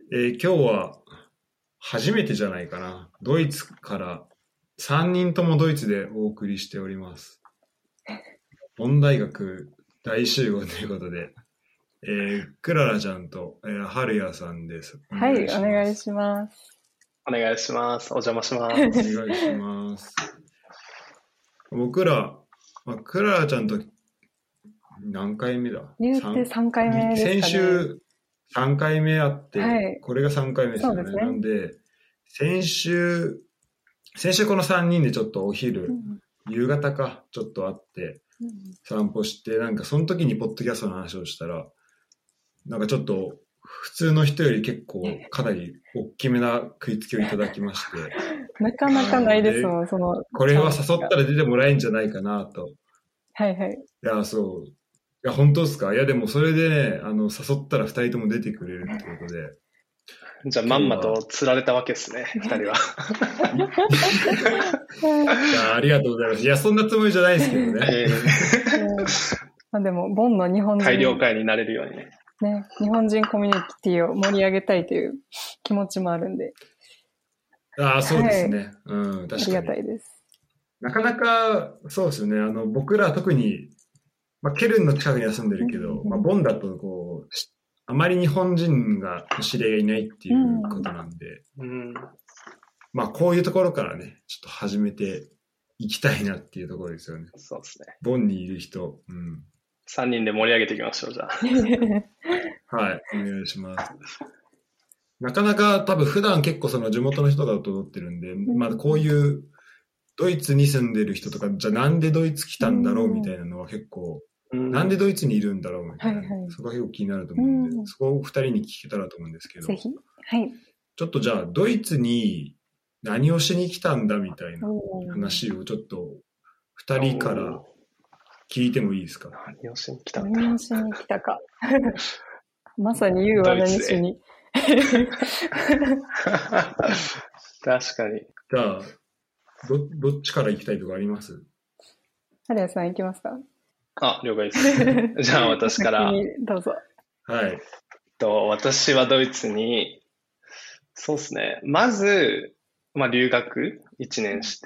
今日は初めてじゃないかな。ドイツから3人ともドイツでお送りしております。ボン大学大集合ということで、クララちゃんと、ハルヤさんです。 はい、お願いします。 お願いします。お邪魔します。 お願いします。僕ら、クララちゃんと何回目だ？ 言って3回目ですかね。 先週3回目あって、 はい、 これが3回目ですよね。 そうですね。 なんで、先週この3人でちょっとお昼、夕方か、ちょっと会って、散歩して、なんかその時にポッドキャストの話をしたら、なんかちょっと普通の人より結構かなり大きめな食いつきをいただきまして。 なかなかないですもん、その。 これは誘ったら出てもらえるんじゃないかなと。 はいはい。 いや、そう。いや、本当ですか？いや、でもそれでね、誘ったら2人とも出てくれるってことで。 じゃあまんまと釣られたわけですね、2人は。 いや、ありがとうございます。いや、そんなつもりじゃないですけどね。 まあでも、ボンの日本人。 大量会になれるようにね。 ね、日本人コミュニティを盛り上げたいという気持ちもあるんで。 ああ、そうですね。はい、うん、確かに。 ありがたいです。 なかなか、そうですよね。僕ら特に、ケルンの近くには住んでるけど、ボンだとこう、あまり日本人が知り合いがいないっていうことなんで、こういうところからね、ちょっと始めていきたいなっていうところですよね。 そうですね。 ボンにいる人、 3人で盛り上げていきましょう、じゃあ。 はい、お願いします。なかなか多分普段結構その地元の人がとってるんで、こういうドイツに住んでる人とか、じゃあなんでドイツ来たんだろうみたいなのは結構、なんでドイツにいるんだろうみたいな、そこが結構気になると思うんで、そこを2人に聞けたらと思うんですけど、 ぜひ。はい。 ちょっとじゃあドイツに何をしに来たんだみたいな話をちょっと2人から聞いてもいいですか？ 何をしに来たか。まさに言うは何しに。 確かに。 じゃあ、どっちから行きたいとかあります？ ハルヤさん行きますか？ あ、了解です。じゃあ私から。 どうぞ。 はい。 私はドイツに、そうですね。まず、留学1年して、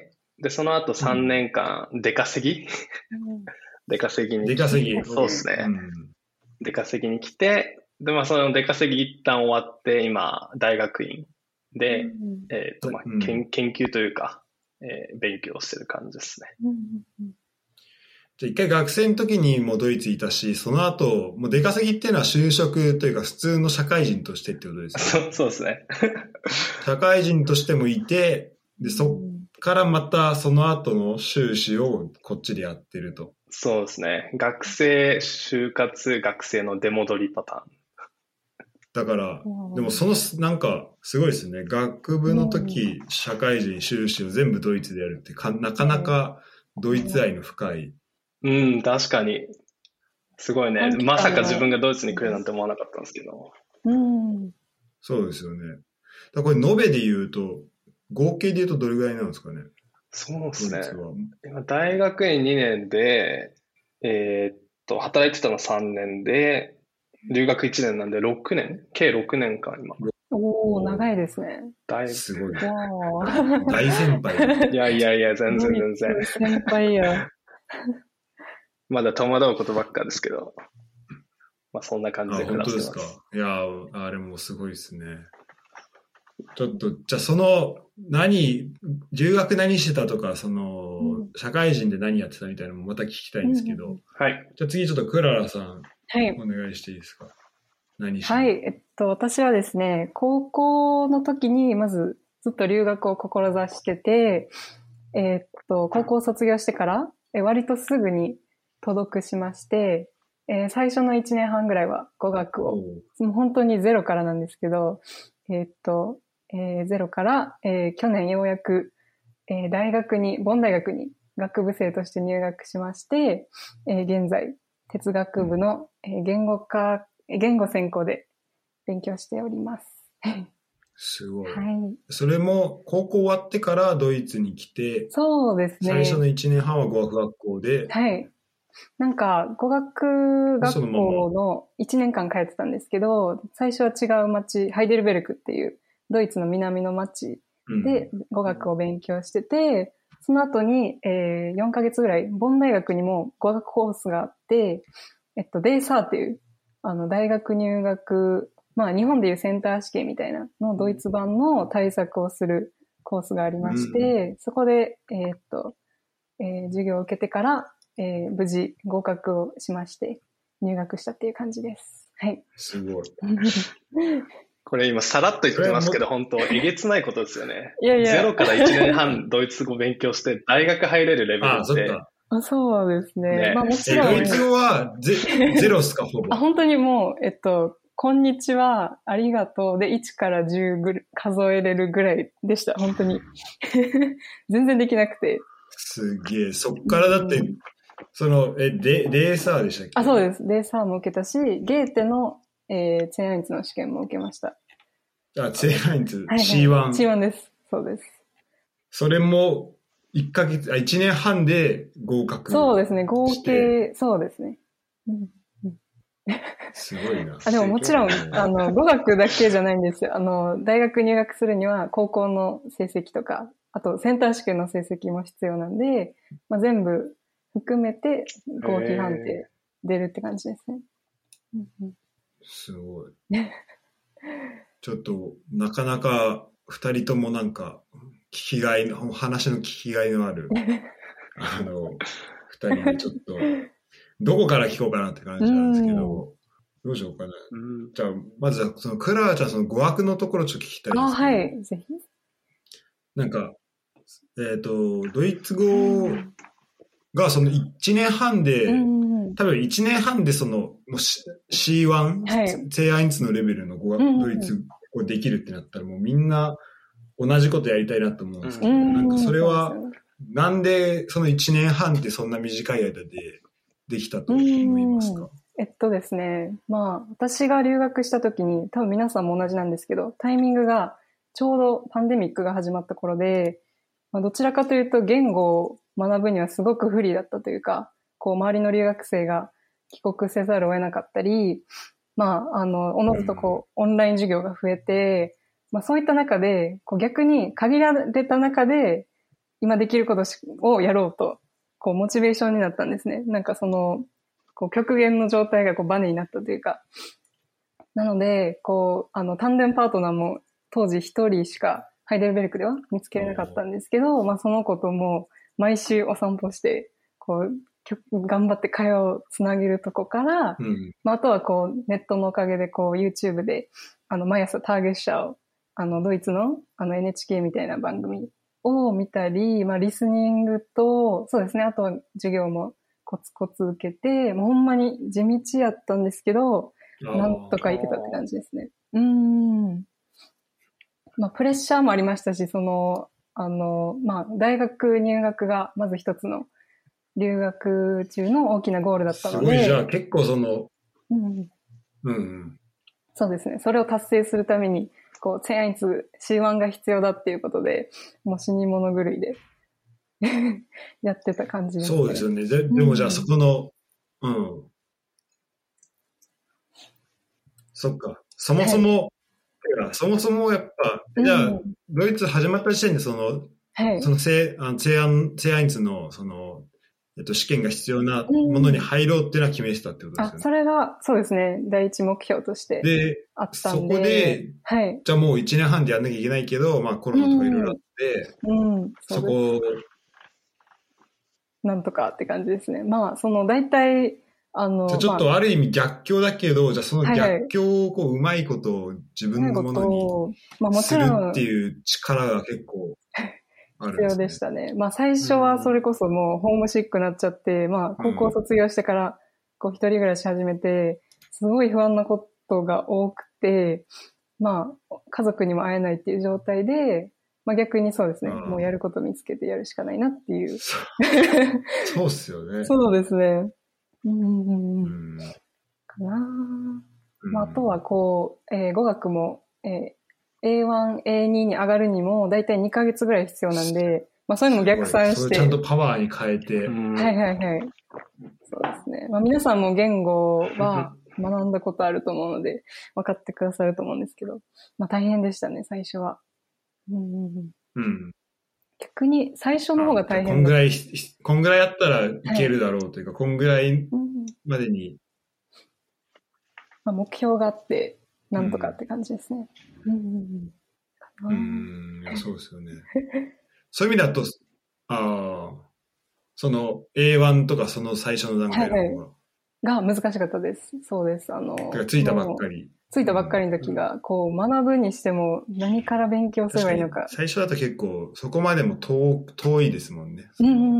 で、その後3年間、出稼ぎ出稼ぎに来て。 出稼ぎ。 そうですね。出稼ぎに来て、で、その出稼ぎ一旦終わって、今、大学院で、研究というか、勉強してる感じですね。 じゃあ一回学生の時にもドイツいたし、その後、もう出稼ぎっていうのは就職というか普通の社会人としてってことですね。 そうですね。 社会人としてもいて、で、そっからまたその後の修士をこっちでやってると。 そうですね。学生、就活、学生の出戻りパターン。 だから、でもなんか、すごいですね。学部の時、社会人、修士を全部ドイツでやるって、なかなかドイツ愛の深い。 確かに。すごいね。まさか自分がドイツに来るなんて思わなかったんですけど。 そうですよね。だからこれ、延べで言うと、合計で言うとどれぐらいなんですかね。 そうですね。今、大学院2年で、働いてたの3年で、留学1年なんで6年計6年間今。 おー、長いですね。 すごい。大先輩。 いや、全然。 先輩や。 まだ戸惑うことばっかですけど、そんな感じで暮らしてます。 本当ですか。いや、あれもすごいですね。ちょっと、じゃあ留学何してたとか、社会人で何やってたみたいなのもまた聞きたいんですけど、 はい。 じゃあ次ちょっとクララさん、 はい、 お願いしていいですか？ はい。私はですね、高校の時にまずずっと留学を志してて、高校卒業してから、割とすぐに渡読しまして、最初の1年半ぐらいは語学を、もう本当にゼロからなんですけど、ゼロから、去年ようやく、ボン大学に学部生として入学しまして、現在、哲学部の言語専攻で勉強しております。 すごい。 はい。 それも高校終わってからドイツに来て、 そうですね。 最初の1年半は語学学校で、 はい。 なんか、語学学校の1年間通ってたんですけど、最初は違う町、ハイデルベルクっていうドイツの南の町で語学を勉強してて、その後に、4ヶ月ぐらい、ボン大学にも語学コースがあって、デイサーっていう、大学入学、まあ日本でいうセンター試験みたいなのドイツ版の対策をするコースがありまして、そこで、授業を受けてから、無事合格をしまして、入学したっていう感じです。はい。 すごい。 これ今さらっと言ってますけど、本当えげつないことですよね。 いやいや。 0から1年半ドイツ語勉強して大学入れるレベルって。 そっか。 そうですね。まあもちろん。 ドイツ語はゼロっすか、ほぼ。 本当にもう、こんにちは、ありがとうで1から10数えれるぐらいでした、本当に。全然できなくて。 すげえ。そっからだって、レーサーでしたっけ？ そうです。レーサーも受けたし、ゲーテの、ツェーアインツの試験も受けました。 ツェーアインツ、 はいはい、 C1。 C1 です。そうです。 それも、1年半で合格。 そうですね。合計、そうですね。 すごいな。 でももちろん、語学だけじゃないんですよ。大学入学するには、高校の成績とか、あと、センター試験の成績も必要なんで、まあ、全部含めて、合計判定出るって感じですね。 すごい。ちょっと、なかなか、二人ともなんか、話の聞きがいのある、二人でちょっと、どこから聞こうかなって感じなんですけど、どうしようかな。じゃあ、まずは、クララちゃん、語学のところちょっと聞きたいですけど。 はい、ぜひ。 なんか、ドイツ語がその1年半で、多分1年半でもう C1、 はい、 ツェーアインツのレベルのドイツ語できるってなったら、もうみんな同じことやりたいなと思うんですけど、なんかそれは、なんでその1年半ってそんな短い間でできたと思いますか？ ですね。まあ、私が留学した時に、多分皆さんも同じなんですけど、タイミングがちょうどパンデミックが始まった頃で、まあ、どちらかというと言語を学ぶにはすごく不利だったというか、こう、周りの留学生が帰国せざるを得なかったり、まあ、おのずとこう、オンライン授業が増えて、まあそういった中で、こう逆に限られた中で、今できることをやろうと、こう、モチベーションになったんですね。なんかこう、極限の状態がこう、バネになったというか。なので、こう、タンデムパートナーも当時一人しかハイデルベルクでは見つけれなかったんですけど、まあその子とも毎週お散歩して、こう、頑張って会話をつなげるとこから、まああとはこう、ネットのおかげでこう、YouTube で、毎朝ターゲッシャーを、ドイツのNHK みたいな番組を見たり、まあリスニングと、そうですね、あとは授業もコツコツ受けて、もうほんまに地道やったんですけど、なんとかいけたって感じですね。まあプレッシャーもありましたし、まあ大学入学がまず一つの留学中の大きなゴールだったので。 すごい、じゃあ結構そうですね。それを達成するために、こう、ツェーアインツ C1 が必要だっていうことで、もう死に物狂いでやってた感じですね。 そうですよね。でもじゃあそこの、そっか。そもそもやっぱ、じゃあ、ドイツ始まった時点でそのツェーアインツの、試験が必要なものに入ろうっていうのは決めてたってことですよね。 それが、そうですね。第一目標としてあったんで。 そこで、じゃあもう1年半でやんなきゃいけないけど、まあコロナとかいろいろあって、そこを、 なんとかって感じですね。まあ、大体、 じゃあちょっとある意味逆境だけど、じゃあその逆境をこう、うまいことを自分のものにするっていう力が結構あるんですね。 必要でしたね。まあ最初はそれこそもうホームシックになっちゃって、まあ高校卒業してからこう一人暮らし始めて、すごい不安なことが多くて、まあ家族にも会えないっていう状態で、まあ逆にそうですね。もうやること見つけてやるしかないなっていう。 そうっすよね。 そうですね。かなまああとはこう、語学も、A1、A2 に上がるにもだいたい2ヶ月ぐらい必要なんで、まあそういうのも逆算して。 ちゃんとパワーに変えて。 はいはいはい。 そうですね。まあ皆さんも言語は学んだことあると思うので、分かってくださると思うんですけど、まあ大変でしたね、最初は。 うん。 逆に最初の方が大変だ。 こんぐらいやったらいけるだろうというか、こんぐらいまでに。 まあ、目標があって、なんとかって感じですね。 いや、そうですよね。そういう意味だと、その A1 とかその最初の段階の方が難しかったです。そうです。 ついたばっかり。 ついたばっかりの時が、こう、学ぶにしても何から勉強すればいいのか。 最初だと結構、そこまでも遠いですもんね。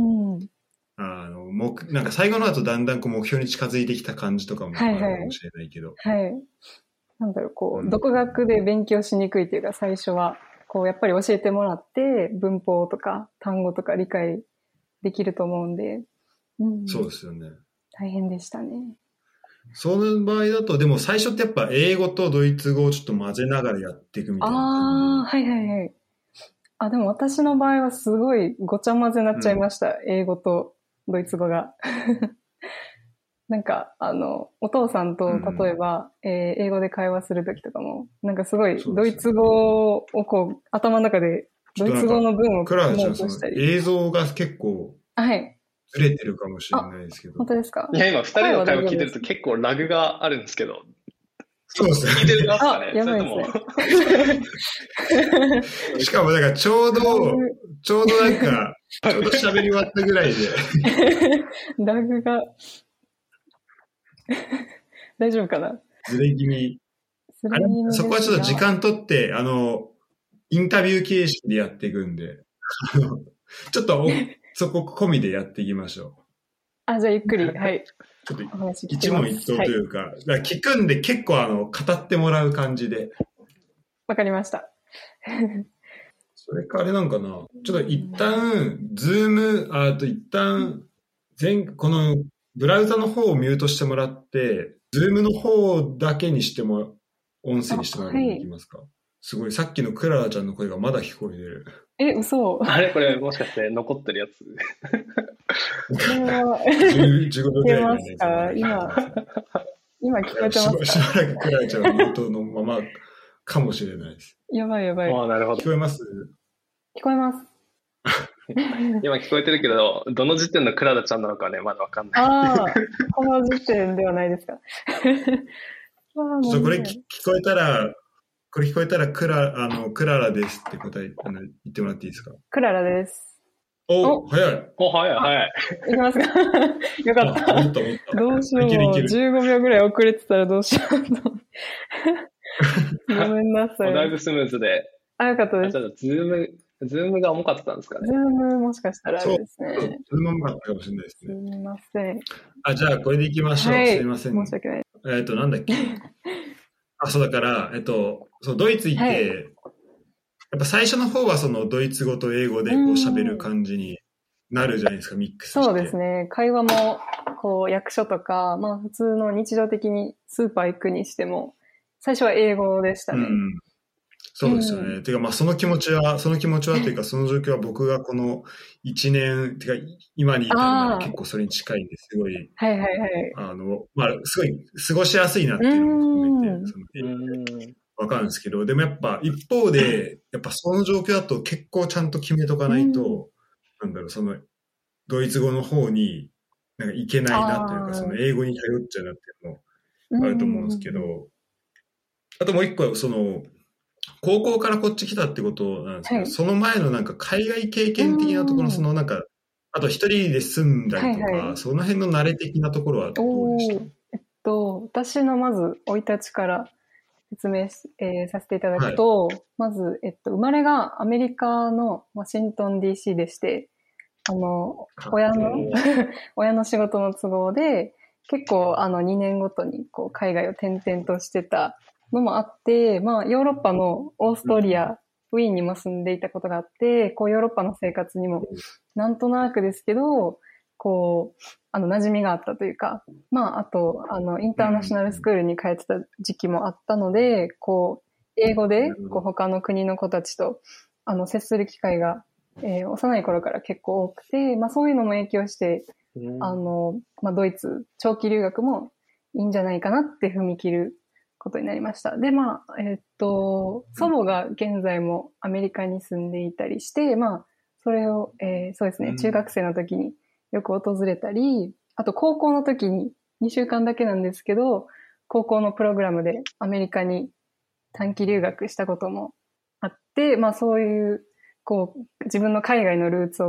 なんか最後の後だんだんこう目標に近づいてきた感じとかもあるかもしれないけど。 はい。なんだろう、こう、独学で勉強しにくいというか、最初は、こう、やっぱり教えてもらって、文法とか単語とか理解できると思うんで。 そうですよね。 大変でしたね。 その場合だと、でも最初ってやっぱ英語とドイツ語をちょっと混ぜながらやっていくみたいな感じ。 でも私の場合はすごいごちゃ混ぜになっちゃいました。英語とドイツ語が。なんか、お父さんと例えば、英語で会話するときとかも、なんかすごいドイツ語をこう、頭の中でドイツ語の文をクララちゃん、映像が結構、ずれてるかもしれないですけど。 本当ですか？ いや、今二人の会話聞いてると結構ラグがあるんですけど。 そうですね。 聞いてますかね？ やばいですね。しかもなんかちょうどなんか、ちょうど喋り終わったぐらいで。 ラグが、大丈夫かな？ ずれ気味。そこはちょっと時間取って、インタビュー形式でやっていくんで、ちょっとそこ込みでやっていきましょう。じゃあゆっくり、はい。 ちょっと一問一答というか、だから聞くんで結構語ってもらう感じで。 わかりました。 それかあれなんかな、ちょっと一旦、一旦、このブラウザの方をミュートしてもらって、ズームの方だけにしても、音声にしてもらうことできますか？すごい、さっきのクララちゃんの声がまだ聞こえてる。 嘘。 あれこれもしかして残ってるやつ 15秒ぐらいのやつ。今聞こえてますか？ しばらくクララちゃんはミュートのままかもしれないです。 やばい。 なるほど。 聞こえます？ 聞こえます。 今聞こえてるけど、どの時点のクララちゃんなのかね、まだわかんない。 この時点ではないですか。 これ聞こえたらクララですって答え、言ってもらっていいですか？ クララです。 早い。 早い。 いきますか？よかった。どうしよう。15秒ぐらい遅れてたらどうしようと。ごめんなさい。 だいぶスムーズで。 よかったです。 ズームが重かったんですかね。 ズームもしかしたらですね。 ズーム重かったかもしれないですね。 すみません。 じゃあこれでいきましょう。すみません。 申し訳ない。 なんだっけ。そうだから、ドイツ行って、やっぱ最初の方はそのドイツ語と英語でこう喋る感じになるじゃないですか、ミックスして。 そうですね。会話も、こう、役所とか、まあ普通の日常的にスーパー行くにしても、最初は英語でしたね。 そうですよね。てか、まあその気持ちはというか、その状況は僕がこの1年、てか今に至るまで結構それに近いんですごい、まあすごい過ごしやすいなっていうのも含めて、わかるんですけど、でもやっぱ一方で、やっぱその状況だと結構ちゃんと決めとかないと、そのドイツ語の方になんかいけないなというか、その英語に頼っちゃうなっていうのもあると思うんですけど、あともう一個は高校からこっち来たってことなんですけど、その前のなんか海外経験的なところのなんか、あと一人で住んだりとか、その辺の慣れ的なところはどうでした？ 私のまず生い立ちから説明させていただくと、まず、生まれがアメリカのワシントン DC でして、親の仕事の都合で、結構2年ごとにこう海外を転々としてたのもあって、まあヨーロッパのオーストリア、ウィーンにも住んでいたことがあって、こうヨーロッパの生活にもなんとなくですけど、こう、馴染みがあったというか、まあ、あと、インターナショナルスクールに通ってた時期もあったので、こう、英語で、こう、他の国の子たちと、接する機会が、幼い頃から結構多くて、まあ、そういうのも影響して、 ドイツ長期留学もいいんじゃないかなって踏み切ることになりました。で、祖母が現在もアメリカに住んでいたりして、それを、そうですね、中学生の時によく訪れたり、あと高校の時に2週間だけなんですけど、高校のプログラムでアメリカに短期留学したこともあって、そういう、自分の海外のルーツを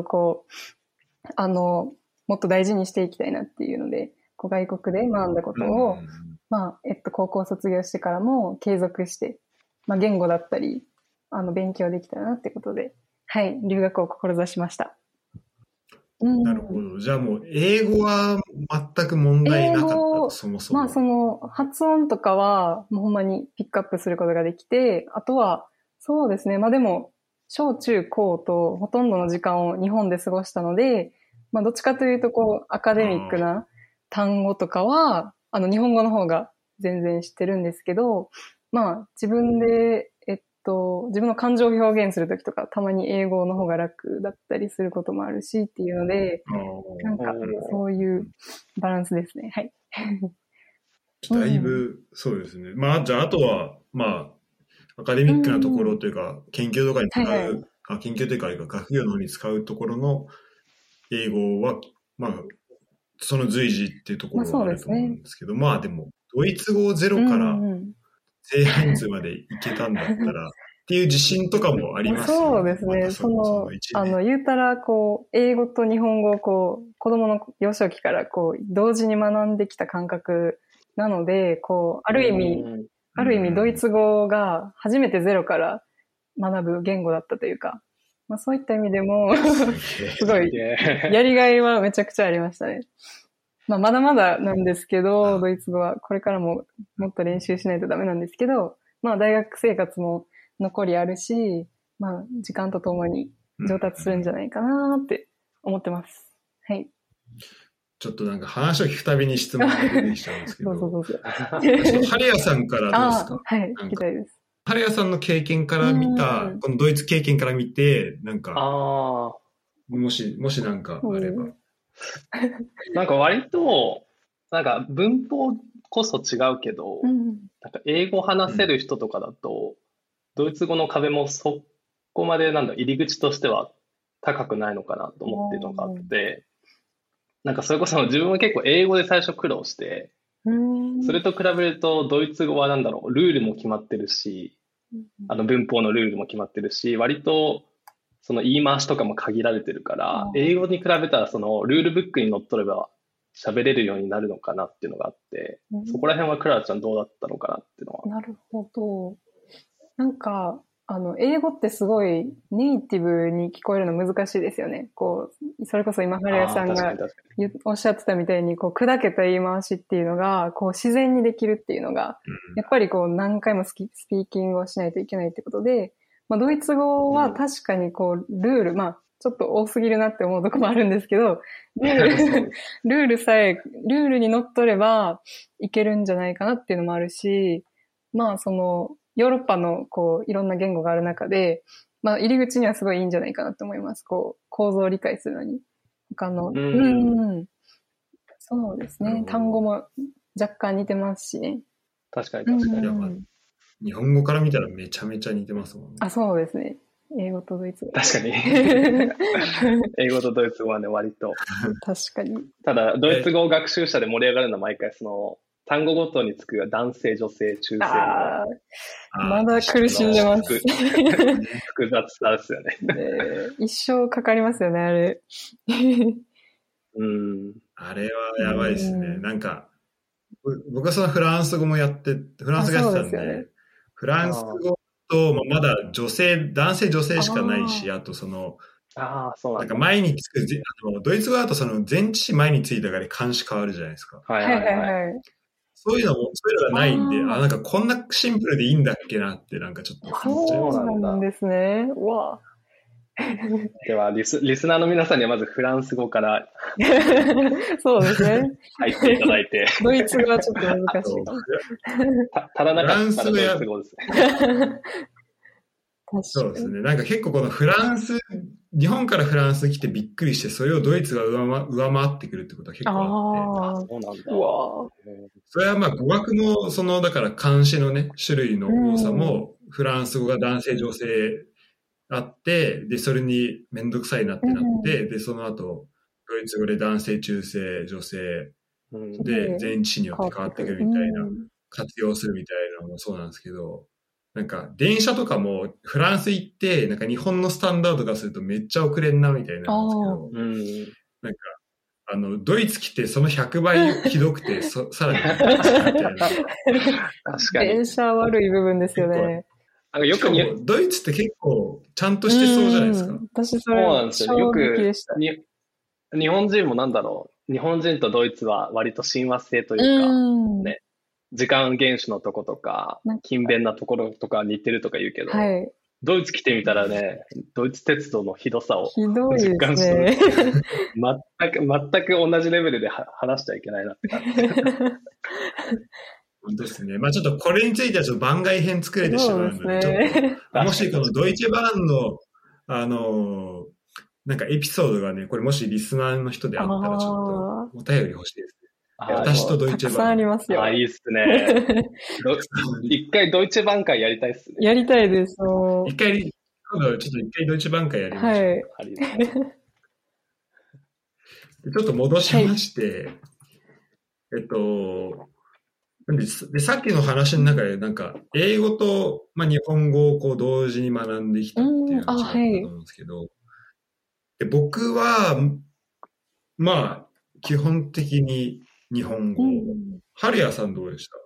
もっと大事にしていきたいなっていうので、外国で学んだことを、高校卒業してからも継続して、言語だったり、勉強できたらなってことで、はい、留学を志しました。 なるほど。じゃあもう、英語は全く問題なかった、そもそも。 発音とかは、もうほんまにピックアップすることができて、あとは、そうですね、でも、小中高とほとんどの時間を日本で過ごしたので、どっちかというと、アカデミックな単語とかは、日本語の方が全然知ってるんですけど、自分で、自分の感情を表現するときとか、たまに英語の方が楽だったりすることもあるしっていうので、そういうバランスですね。はい。 だいぶ、そうですね。じゃあ、あとは、アカデミックなところというか、研究とかに使う、研究というか、学業の方に使うところの英語は、その随時っていうところはあると思うんですけど、でも、ドイツ語をゼロから正範数までいけたんだったら、っていう自信とかもありますよね。 そうですね。言うたら、英語と日本語を子供の幼少期から同時に学んできた感覚なので、ある意味ドイツ語が初めてゼロから学ぶ言語だったというか、そういった意味でも、すごい、やりがいはめちゃくちゃありましたね。まだまだなんですけど、ドイツ語はこれからももっと練習しないとダメなんですけど、大学生活も残りあるし、時間とともに上達するんじゃないかなって思ってます。はい。 ちょっと話を聞くたびに質問が出てきちゃうんですけど。 どうぞ。 ハレヤさんからどうですか？ はい、聞きたいです。 ハレヤさんの経験から見た、このドイツ経験から見て、もしあれば。 割と、文法こそ違うけど、英語話せる人とかだと、ドイツ語の壁もそこまで入り口としては高くないのかなと思っているのがあって、それこそ自分は結構英語で最初苦労して、それと比べるとドイツ語はルールも決まってるし、文法のルールも決まってるし、割とその言い回しとかも限られてるから、英語に比べたらそのルールブックにのっとれば喋れるようになるのかなっていうのがあって、そこら辺はクララちゃんどうだったのかなっていうのは。 なるほど。英語ってすごいネイティブに聞こえるの難しいですよね。それこそ今、ハレヤさんがおっしゃってたみたいに、砕けた言い回しっていうのが、自然にできるっていうのが、やっぱり何回もスピーキングをしないといけないってことで、ドイツ語は確かにルール、ちょっと多すぎるなって思うとこもあるんですけど、ルールにのっとればいけるんじゃないかなっていうのもあるし、ヨーロッパのいろんな言語がある中で、入り口にはすごいいいんじゃないかなと思います。構造を理解するのに。そうですね。単語も若干似てますしね。 確かに。 日本語から見たらめちゃめちゃ似てますもんね。 そうですね。英語とドイツ語。 確かに。英語とドイツ語はね、割と。 確かに。 ただ、ドイツ語学習者で盛り上がるのは毎回単語ごとにつく男性、女性、中性の。 まだ苦しんでます。 複雑さですよね。 一生かかりますよね、あれ。 あれはやばいですね。僕はフランス語もフランス語やってたんで、フランス語と、まだ男性、女性しかないし、あと前につく、ドイツ語だと前置詞前についたから漢詞変わるじゃないですか。そういうのがないんで、こんなシンプルでいいんだっけなって、ちょっと思っちゃいます。 そうなんですね。うわ。 ではリスナーの皆さんにはまずフランス語からそうですね。 入っていただいて。 ドイツ語はちょっと難しい。 足らなかったらドイツ語ですね。 そうですね。結構このフランス日本からフランス来てびっくりして、それをドイツが上回ってくるってことは結構あって。 そうなんだ。 うわそれはまあ語学の、だから漢詩のね、種類の多さも、フランス語が男性女性あって、で、それにめんどくさいなってなって、で、その後、ドイツ語で男性、中性、女性、で、前置詞によって変わってくるみたいな、活用するみたいなのもそうなんですけど、なんか、電車とかもフランス行って、なんか日本のスタンダード化するとめっちゃ遅れんなみたいなんですけど、なんか、ドイツ来てその100倍ひどくて、さらにみたいな。 確かに。 電車悪い部分ですよね。 よくドイツって結構ちゃんとしてそうじゃないですか。 私それ衝撃でした。 日本人もなんだろう。日本人とドイツは割と親和性というか、ね、時間厳守のとことか、勤勉なところとか似てるとか言うけど、はい、ドイツ来てみたらね、ドイツ鉄道のひどさを実感して、全く同じレベルで話しちゃいけないなって感じ。 本当ですね。まあちょっとこれについてはちょっと番外編作れてしまうので、ちょっと、もしこのドイツ版の、なんかエピソードがね、これもしリスナーの人であったらちょっとお便り欲しいですね。私とドイツ版。 たくさんありますよ。 いいっすね。一回ドイツ版会やりたいっすね。 やりたいです。 ちょっと一回ドイツ版会やりましょう。 はい。 ちょっと戻しまして、で、さっきの話の中で、なんか、英語と、まあ、日本語をこう同時に学んできたっていう話だったと思うんですけど、で僕は、まあ、基本的に日本語。春谷さんどうでした？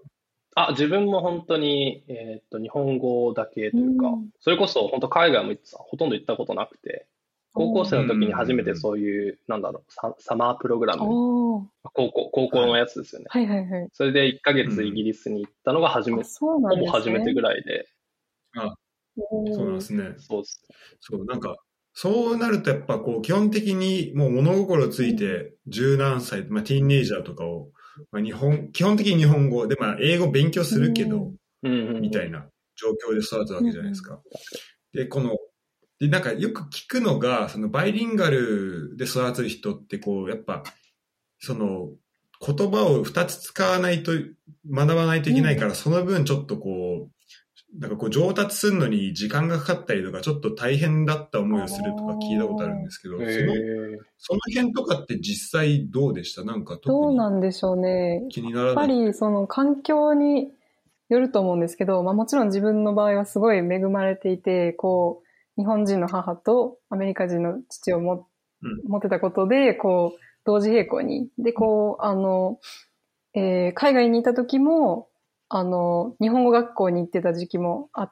自分も本当に、日本語だけというか、それこそ本当海外もほとんど行ったことなくて、高校生の時に初めてそういう、なんだろう、サマープログラム、高校のやつですよね。 はいはいはい。 それで1ヶ月イギリスに行ったのがほぼ初めてぐらいで。 そうなんですね。 そうです。 そう、なんか、そうなるとやっぱこう、基本的にもう物心ついて十何歳、まあティーンネイジャーとかを、まあ基本的に日本語で、まあ英語勉強するけど、みたいな状況で育つわけじゃないですか。で、なんかよく聞くのが、そのバイリンガルで育つ人ってこう、やっぱ、その言葉を2つ使わないと、学ばないといけないから、その分ちょっとこう、なんかこう上達するのに時間がかかったりとか、ちょっと大変だった思いをするとか聞いたことあるんですけど、その辺とかって実際どうでした？なんか特にどうなんでしょうね。 気にならない。 やっぱりその環境によると思うんですけど、まあもちろん自分の場合はすごい恵まれていて、こう、日本人の母とアメリカ人の父を持ってたことで、こう、同時並行に。で、こう、海外にいた時も、日本語学校に行ってた時期もあって、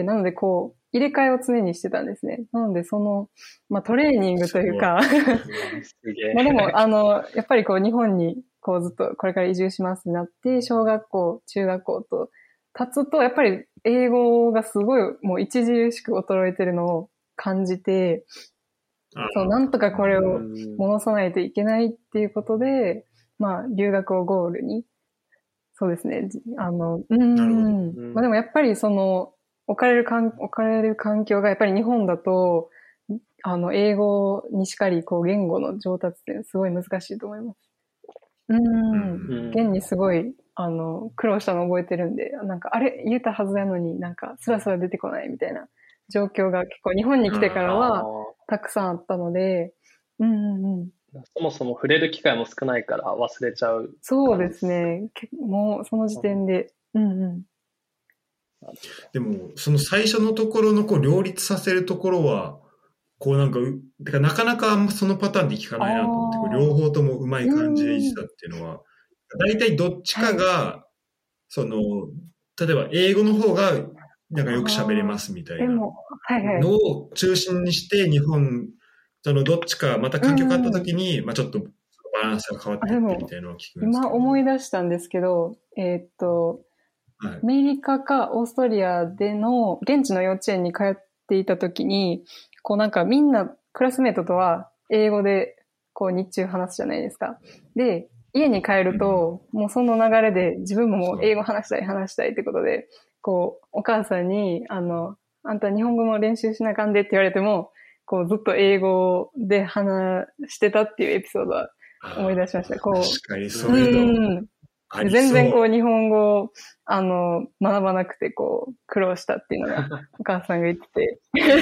なのでこう、入れ替えを常にしてたんですね。なのでまあトレーニングというか、まあでも、やっぱりこう日本にこうずっとこれから移住しますってなって、小学校、中学校と立つと、やっぱり英語がすごいもう著しく衰えてるのを感じて、そう、なんとかこれを戻さないといけないっていうことで、まあ留学をゴールに、そうですね。まあでもやっぱり置かれる環境がやっぱり日本だと、英語にしかり、こう、言語の上達ってすごい難しいと思います。現にすごい、苦労したの覚えてるんで、なんか、あれ、言えたはずなのになんか、スラスラ出てこないみたいな状況が結構日本に来てからは、たくさんあったので、 そもそも触れる機会も少ないから忘れちゃう。 そうですね。もうその時点で。 でも、その最初のところのこう両立させるところは、こうなんか、なかなかそのパターンで聞かないなと思って、こう両方ともうまい感じでいったっていうのは、大体どっちかが、例えば英語の方がなんかよく喋れますみたいなのを中心にして日本、どっちかまた環境変わった時に、まあちょっとバランスが変わっていってみたいなのを聞くんですけど。 今思い出したんですけど、アメリカかオーストリアでの現地の幼稚園に通っていた時に、こうなんかみんなクラスメートとは英語でこう日中話すじゃないですか。で、家に帰ると、もうその流れで自分ももう英語話したいってことで、こうお母さんにあんた日本語も練習しなあかんでって言われても、 こうずっと英語で話してたっていうエピソードは思い出しました。こう。 確かにそういうのありそう。 全然こう日本語を学ばなくてこう苦労したっていうのがお母さんが言ってて。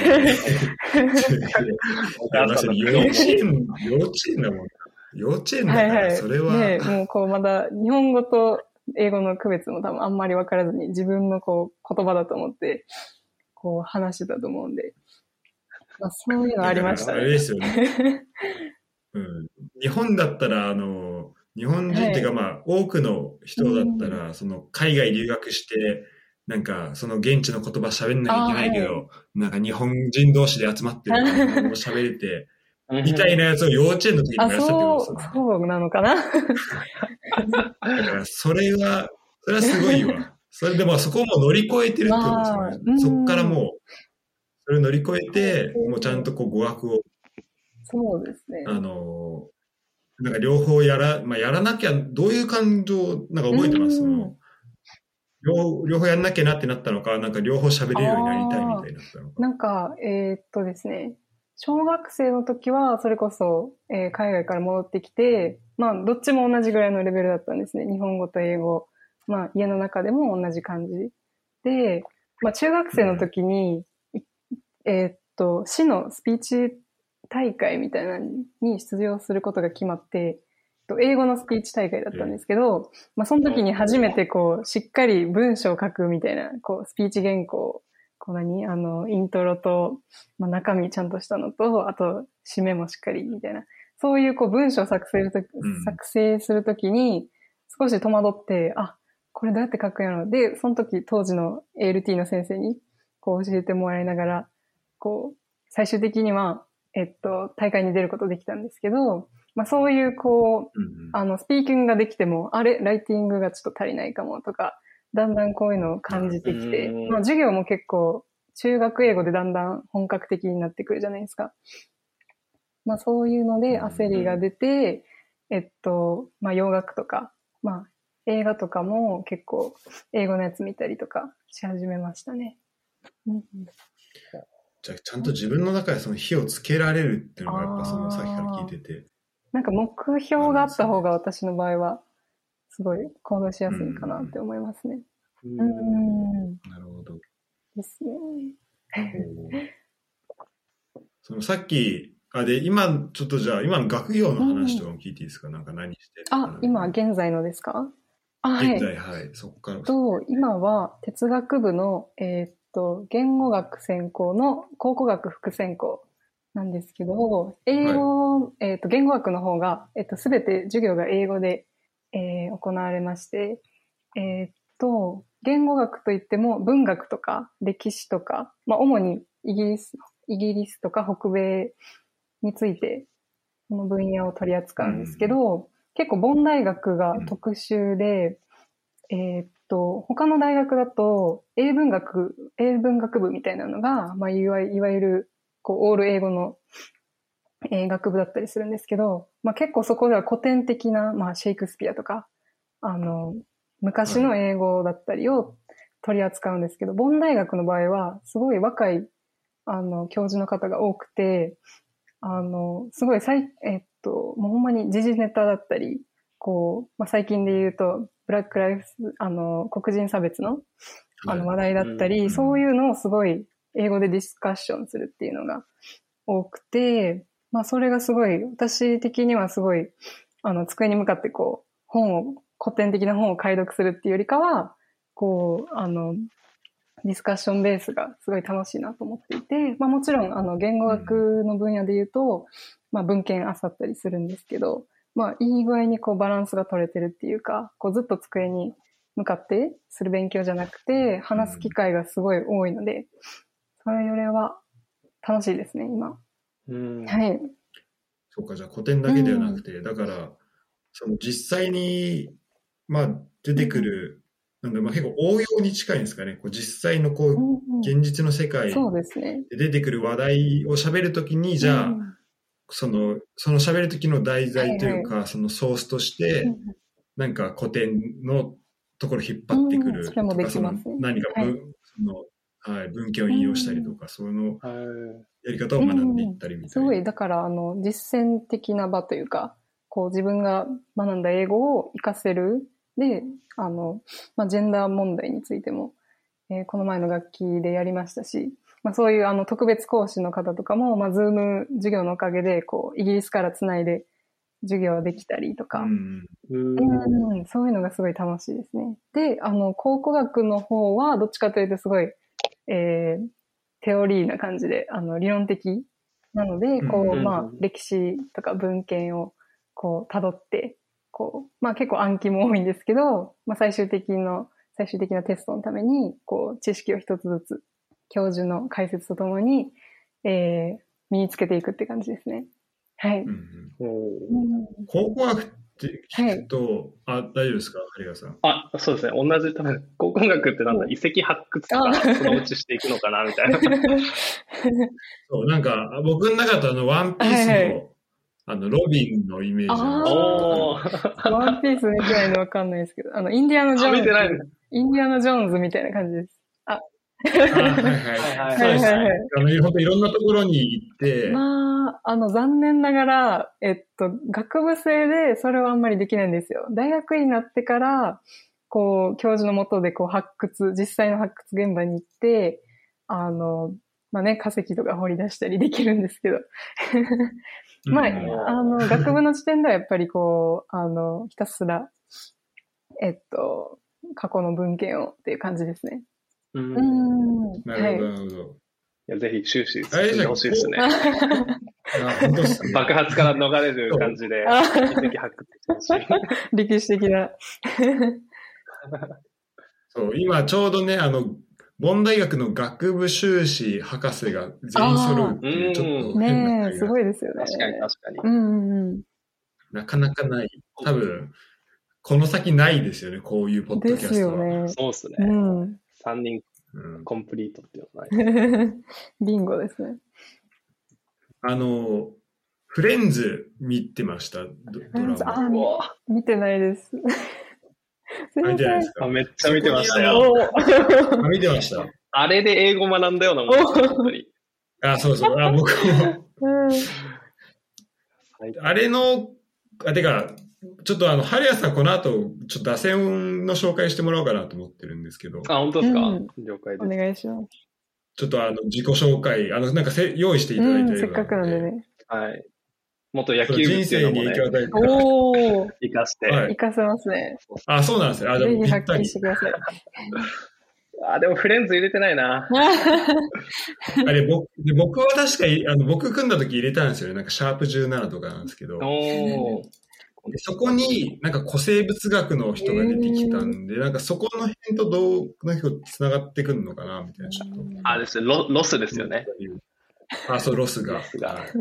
幼稚園だもん。幼稚園だから、はいはい、それは。 ね、もうこうまだ日本語と英語の区別も多分あんまり分からずに自分のこう言葉だと思ってこう話してたと思うんで。まあ、そういうのありましたね。 あれですよね。うん。日本だったら、日本人っていうか、まあ、多くの人だったら、その、海外留学して、なんか、その現地の言葉喋んなきゃいけないけど、はい、なんか日本人同士で集まってる日本語喋れて、みたいなやつを幼稚園の時にやってたってことですよね。 そうなのかな。だから、それはすごいわ。それでも、そこをもう乗り越えてるってことですよね。そこからもう、それを乗り越えて、もうちゃんとこう語学を、 そうですね。 なんか両方やらなきゃ、どういう感情、なんか覚えてます？両方やんなきゃなってなったのか、なんか両方喋れるようになりたいみたいになったのか。 なんか、ですね、小学生の時は、それこそ、海外から戻ってきて、まあ、どっちも同じぐらいのレベルだったんですね。日本語と英語。まあ、家の中でも同じ感じ。で、まあ、中学生の時に、市のスピーチ大会みたいなのに出場することが決まって、英語のスピーチ大会だったんですけど、まあその時に初めてこう、しっかり文章を書くみたいな、こう、スピーチ原稿、こうイントロと、まあ中身ちゃんとしたのと、あと、締めもしっかりみたいな、そういうこう、文章を作成するときに、少し戸惑って、あ、これどうやって書くんやろ。で、その時当時の ALT の先生に、こう教えてもらいながら、こう、最終的には、大会に出ることできたんですけど、まあそういうこう、スピーキングができても、あれ、ライティングがちょっと足りないかもとか、だんだんこういうのを感じてきて、まあ授業も結構、中学英語でだんだん本格的になってくるじゃないですか。まあそういうので焦りが出て、まあ洋楽とか、まあ映画とかも結構英語のやつ見たりとかし始めましたね。 じゃあちゃんと自分の中でその火をつけられるっていうのがやっぱそのさっきから聞いてて。 なんか目標があった方が私の場合はすごい行動しやすいかなって思いますね。 なるほど。 ですね。 そのさっき、今ちょっとじゃあ今の学業の話とかも聞いていいですか？なんか何してるか。 今現在のですか？ 現在、はい。そこから。 今は哲学部の、言語学専攻の考古学副専攻なんですけど、英語、言語学の方が、すべて授業が英語で、行われまして、言語学といっても文学とか歴史とか、まあ主にイギリスとか北米について、この分野を取り扱うんですけど、結構ボン大学が特殊で、他の大学だと英文学部みたいなのが、まあ、いわゆる、こう、オール英語の、学部だったりするんですけど、まあ、結構そこでは古典的な、まあ、シェイクスピアとか、昔の英語だったりを取り扱うんですけど、ボン大学の場合は、すごい若い、教授の方が多くて、すごいもうほんまに時事ネタだったり、こう、まあ、最近で言うと、ブラックライフ、黒人差別の、話題だったり、そういうのをすごい英語でディスカッションするっていうのが多くて、まあ、それがすごい、私的にはすごい、机に向かってこう、古典的な本を解読するっていうよりかは、こう、ディスカッションベースがすごい楽しいなと思っていて、まあもちろん、言語学の分野で言うと、まあ文献漁ったりするんですけど、まあいい具合にこうバランスが取れてるっていうか、こうずっと机に向かってする勉強じゃなくて、話す機会がすごい多いので、それよりは楽しいですね、今。はい。 そうか、じゃあ古典だけではなくて、だから、その実際に、まあ出てくる、なんでまあ結構応用に近いんですかね。こう実際のこう、現実の世界で出てくる話題を喋るときに、じゃあ、その喋るときの題材というか、そのソースとして、なんか古典のところ引っ張ってくるとか、その何かそのはい、文献を引用したりとか、そのやり方を学んでいったりみたいな。 すごい、だから実践的な場というか、こう自分が学んだ英語を活かせる。で、ジェンダー問題についても、この前の学期でやりましたし、そういう特別講師の方とかも、ズーム授業のおかげで、こう、イギリスからつないで授業できたりとか、そういうのがすごい楽しいですね。で、考古学の方は、どっちかというとすごい、テオリーな感じで、理論的なので、こう、歴史とか文献を、こう、辿って、こう、結構暗記も多いんですけど、最終的なテストのために、こう、知識を一つずつ、教授の解説とともに、身につけていくって感じですね。はい。 考古学って聞くと、大丈夫ですか、有賀さん。 そうですね。同じ多分、考古学って遺跡発掘とか、そのうちしていくのかな、みたいな。 そう、なんか、僕の中だとワンピースの、ロビンのイメージなんですけど。 ワンピース見てないのわかんないですけど、インディアナ・ジョーンズ。見てない。インディアナ・ジョーンズみたいな感じです。 はい。本当いろんなところに行って。 残念ながら、学部生でそれはあんまりできないんですよ。大学になってから、こう、教授のもとでこう実際の発掘現場に行って、化石とか掘り出したりできるんですけど。学部の時点ではやっぱりこう、ひたすら、過去の文献をっていう感じですね。 なるほど、なるほど。 いや、ぜひ修士進んでほしいですね。 本当ですね。 爆発から逃れる感じで、遺跡発掘してほしい。 歴史的な。 そう、今ちょうどね、ボン大学の学部修士博士が全員揃うっていう、ちょっと変なね、すごいですよね。 確かに。 なかなかない。多分、この先ないですよね、こういうポッドキャストは。 ですよね。 そうですね。3人コンプリートっていうのはない。 ビンゴですね。 フレンズ見てました？ドラマ。 見てないです。 見てないですか？ めっちゃ見てましたよ。 見てました。 あれで英語学んだようなもんです、本当に。 そうそう。僕も。あれの、てか、ちょっと春谷さんこの後、ちょっと打線の紹介してもらおうかなと思ってるんですけど。 本当ですか？了解です。 お願いします。 ちょっと自己紹介、なんか用意していただいてるせっかくなんでね。 はい。元野球部っていうのも、ね、 人生に影響を与えて。 生かして。 生かせますね。 そうなんですね。 ぜひ発揮してください。 でもフレンズ入れてないな。 僕は確かに、僕組んだ時入れたんですよね。なんかシャープ17とかなんですけど。そこになんか古生物学の人が出てきたんで、なんかそこの辺とどう繋がってくるのかな、みたいな、ちょっと。 ですロスですよね。 そう、ロスが。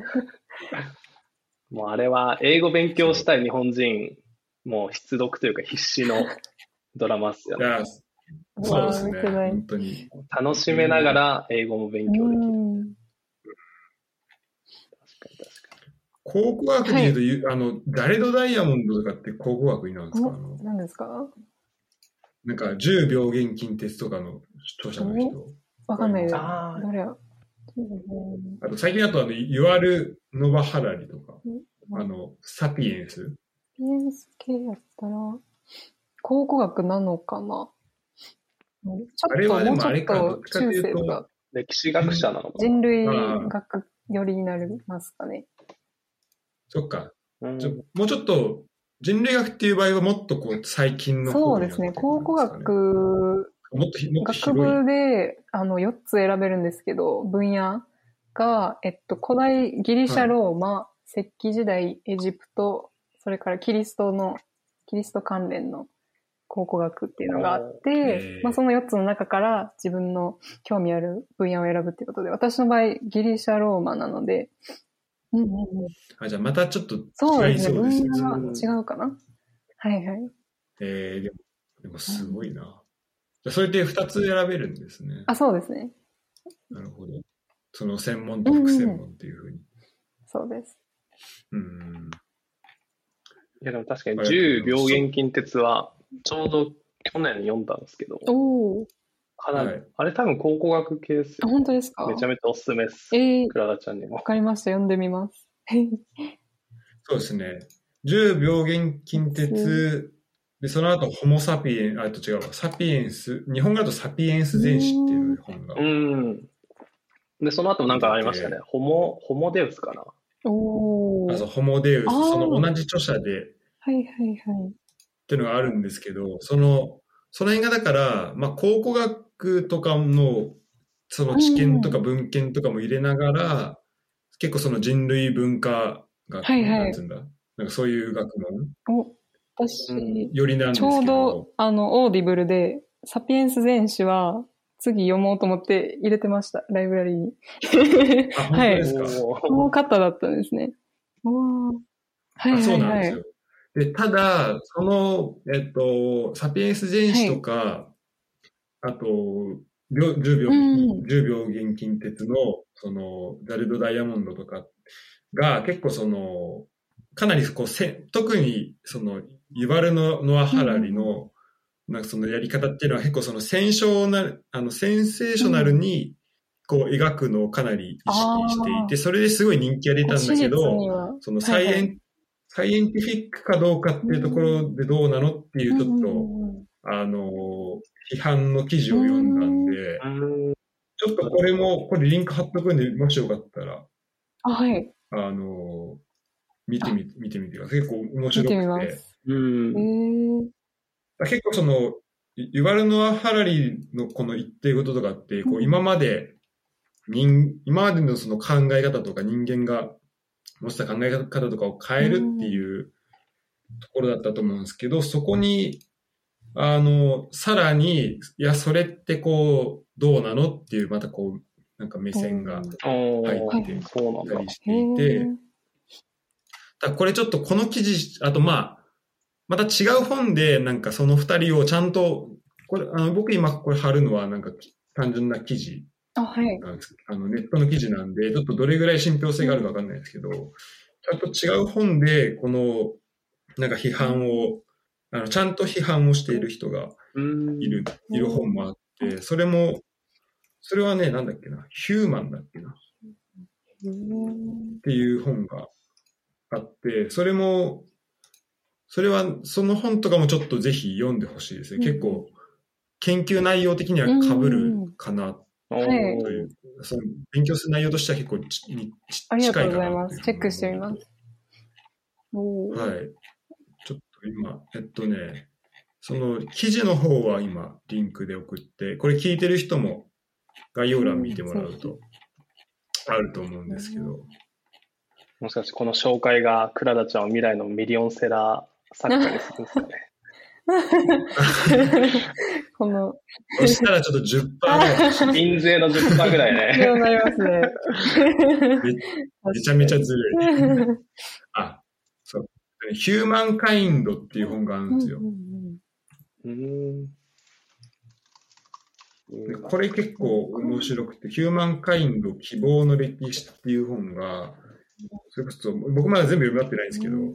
もうあれは英語勉強したい日本人、もう必読というか必死のドラマっすよね。 そうですね。本当に。 楽しめながら英語も勉強できる。確かに。 考古学で言うと、ダレド・ダイヤモンドとかって考古学になるんですか？ 何ですか？ なんか、10病原菌鉄とかの著者の人。 わかんないです。誰や？ あと、最近だとユアル・ノバ・ハラリとか、サピエンス。 サピエンス系やったら、考古学なのかな？ あれはでもあれか、どっちかというと、 歴史学者なのかな？ 人類学よりになりますかね。 そっか。もうちょっと、人類学っていう場合はもっとこう、最近の方になってくるんですかね。 そうですね。考古学、学部で、4つ選べるんですけど、分野が、古代ギリシャ、ローマ、石器時代、エジプト、それからキリスト関連の考古学っていうのがあって、その4つの中から自分の興味ある分野を選ぶっていうことで、私の場合、ギリシャ、ローマなので、 じゃあまたちょっと違いそうですね。分野は違うかな。はいはい。 でもすごいな。じゃあそれで2つ選べるんですね。 そうですね。 なるほど。その専門と副専門っていうふうに。 そうです。 いやでも確かに10病原菌鉄はちょうど去年読んだんですけど、 はい。 あれ多分考古学系ですあ、 よ。 本当ですか？ めちゃめちゃおすすめです。クララちゃんにも。 わかりました。読んでみます。 そうですね。10病原菌鉄、で、その後、ホモサピエン、あと違うわ、サピエンス、日本語だとサピエンス全史っていう本がで、その後なんかありましたね。ホモデウスかな。 そう、ホモデウス、その同じ著者で、 はいはいはい。 っていうのがあるんですけど、その辺がだから、まあ、考古学とかの、その知見とか文献とかも入れながら、結構その人類文化学、なんつうんだ、なんかそういう学問。 私、 よりなんですけど、 ちょうど、オーディブルで、サピエンス全史は、次読もうと思って入れてました、ライブラリーに。 あ、本当ですか？ この方だったんですね。 そうなんですよ。で、ただ、その、サピエンス全史とか、あと、10秒原菌鉄の、その、ザルドダイヤモンドとかが、結構その、かなりこう、特に、その、ユバルノア・ハラリの、なんかそのやり方っていうのは結構そのセンセーショナルに、こう描くのをかなり意識していて、それですごい人気が出たんだけど、そのサイエンティフィックかどうかっていうところでどうなのっていうちょっと、批判の記事を読んだんで、ちょっとこれリンク貼っとくんで、もしよかったら、見てみてください。結構面白くて。結構その、ユバルノア・ハラリのこの言っていることとかって、こう今までのその考え方とか人間が持った考え方とかを変えるっていうところだったと思うんですけど、そこに、さらに、いや、それってこう、どうなのっていう、またこう、なんか目線が入ってたりしていて、これちょっとこの記事、あとまた違う本で、なんかその二人をちゃんと、これ、僕今これ貼るのはなんか単純な記事なんです。ネットの記事なんで、ちょっとどれぐらい信憑性があるかわかんないですけど、ちゃんと違う本で、この、なんか批判を、ちゃんと批判をしている人がいる本もあって、それはね、なんだっけな、ヒューマンだっけな、っていう本があって、それは、その本とかもちょっとぜひ読んでほしいですね。結構、研究内容的には被るかなという、その勉強する内容としては結構近いかなという。ありがとうございます。 チェックしてみます。 はい。ちょっと今、その記事の方は今、リンクで送って、これ聞いてる人も概要欄見てもらうと、あると思うんですけど。 もしかしてこの紹介がクラダちゃんを未来のミリオンセラー作家にするんですかね。 そしたらちょっと 10% 印税の 10% ぐらいね。 必要になりますね。 めちゃめちゃずるい。そう。ヒューマンカインドっていう本があるんですよ。これ結構面白くて、ヒューマンカインド希望の歴史っていう本が、それこそ僕まだ全部読み終わってないんですけど、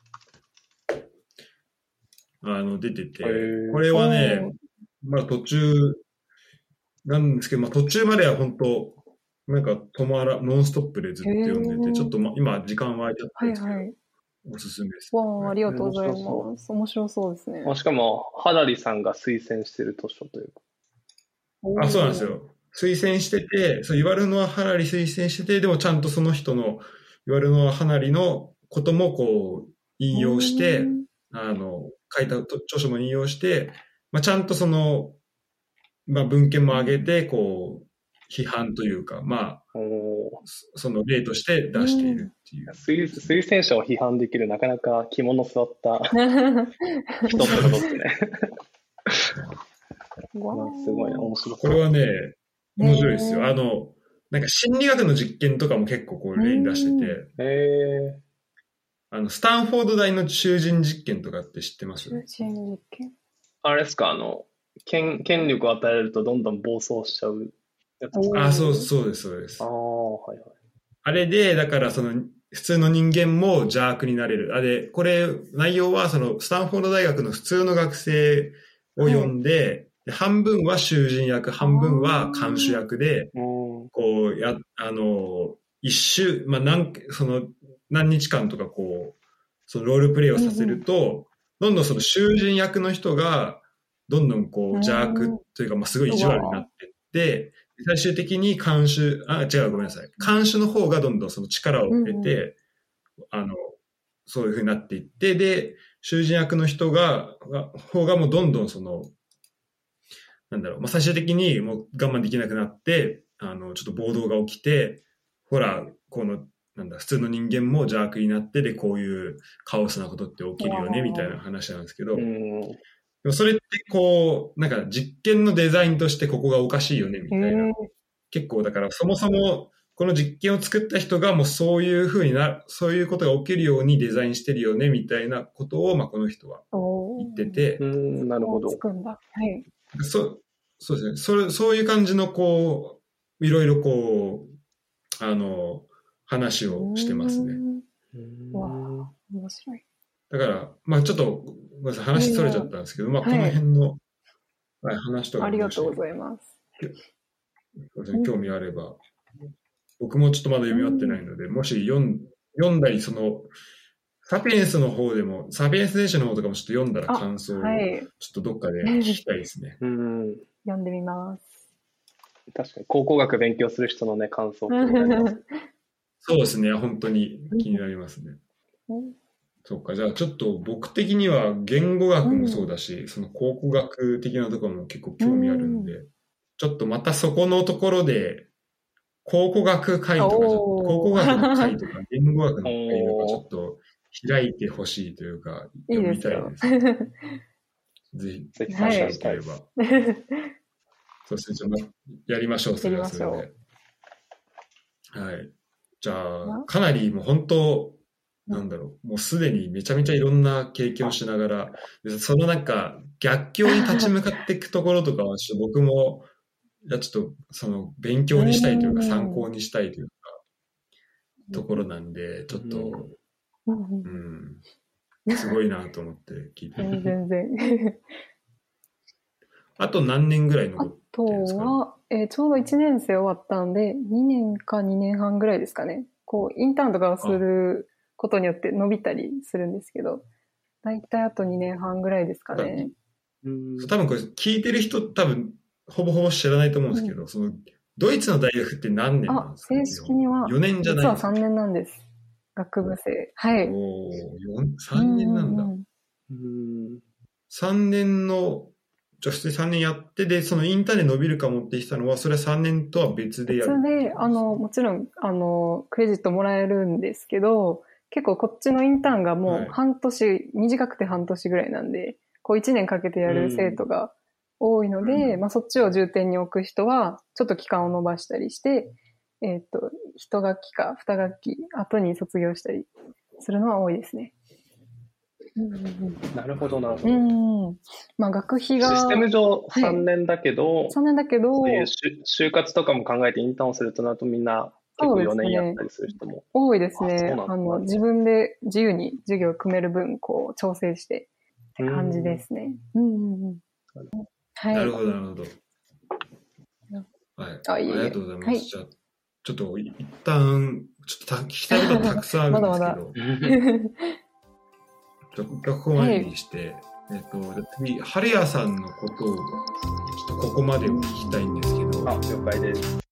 出てて、これはね、まだ途中なんですけど、途中までは本当なんかノンストップでずっと読んでて、ちょっと今時間は空いちゃったんですけど、おすすめです。 ありがとうございます。面白そうですね。 しかも、ハラリさんが推薦してる図書というか。そうなんですよ。推薦してて、ユバルノア・ハラリ推薦してて、でもちゃんとその人のユバルノア・ハラリのこともこう引用して、書いた著書も引用して、ちゃんとその、文献も上げて、こう、批判というか、その例として出しているっていう。 推薦者を批判できる、なかなか肝の座った人ってことですね。すごいな、面白い。 これはね、面白いですよ。なんか心理学の実験とかも結構こう例に出してて、スタンフォード大の囚人実験とかって知ってます？ 囚人実験？ あれですか、権力を与えるとどんどん暴走しちゃうやつですか？そうです、そうです。 はいはい。 あれで、だからその、普通の人間も邪悪になれる。これ、内容はその、スタンフォード大学の普通の学生を呼んで、 で半分は囚人役、半分は看守役で、こう、一周、まあ、何日間とかこう、そのロールプレイをさせると、どんどんその囚人役の人が、どんどんこう邪悪というか、まあ、すごい意地悪になっていって、最終的にごめんなさい。看守の方がどんどんその力を得て、そういう風になっていって、で、囚人役の人方がもうどんどんその、なんだろう、まあ、最終的にもう我慢できなくなって、ちょっと暴動が起きて、ほら、普通の人間も邪悪になって、で、こういうカオスなことって起きるよね、みたいな話なんですけど、でもそれってこう、なんか実験のデザインとしてここがおかしいよね、みたいな。結構だからそもそもこの実験を作った人がもうそういうことが起きるようにデザインしてるよね、みたいなことを、まあこの人は言ってて。 なるほど。 そうですね。そういう感じのこう、いろいろこう、話をしてますね。 わあ、面白い。 だから、まあちょっと、ごめんなさい、話それちゃったんですけど、まあこの辺の、話とかありがとうございます。 興味あれば、僕もちょっとまだ読み終わってないので、もし読んだり、サピエンスの方でも、サピエンス電子の方とかもちょっと読んだら感想を、ちょっとどっかで聞きたいですね。 読んでみます。 確かに、考古学勉強する人のね、感想そうですね、本当に気になりますね。そうか、じゃあちょっと僕的には言語学もそうだし、その考古学的なところも結構興味あるんで、ちょっとまたそこのところで、考古学会とか、考古学の会とか、言語学の会とか、ちょっと開いてほしいというか、読みたいです。ぜひ、 はい、 よければ。そうですね、じゃあ、やりましょう、それはそれで。はい。じゃあ、かなりもう本当、なんだろう、もうすでにめちゃめちゃいろんな経験をしながら、そのなんか逆境に立ち向かっていくところとかは、ちょっと僕も、ちょっと勉強にしたいというか、参考にしたいというか、ところなんで、ちょっと、すごいなと思って聞いてます。 全然。 あと何年ぐらい残ってるんですか？ あとは、ちょうど1年生終わったんで、2年か2年半ぐらいですかね。こう、インターンとかをすることによって伸びたりするんですけど、だいたいあと2年半ぐらいですかね。 多分これ聞いてる人ほぼほぼ知らないと思うんですけど、ドイツの大学って何年なんですか？ 正式には、 4年じゃない実は3年なんです。学部生。はい。 3年なんだ。3年の、じゃあ普通に3年やって、で、そのインターンで伸びるかもって言ってたのは、それは3年とは別でやる？ 別で、もちろん、クレジットもらえるんですけど、結構こっちのインターンがもう半年、短くて半年ぐらいなんで、こう1年かけてやる生徒が多いので、まあそっちを重点に置く人は、ちょっと期間を延ばしたりして、1学期か2学期後に卒業したりするのは多いですね。 なるほど、なるほど。 まあ学費が。 システム上3年だけど、 3年だけど、 そういう就活とかも考えてインターンをするとなるとみんな結構4年やったりする人も。 多いですね。自分で自由に授業を組める分、こう調整してって感じですね。 はい。なるほど、なるほど。はい。ありがとうございます。じゃあ、ちょっと一旦、ちょっと聞きたいことたくさんあるんですけど、ちょっとここまでにして、次、春谷さんのことを、ちょっとここまでを聞きたいんですけど。 了解です。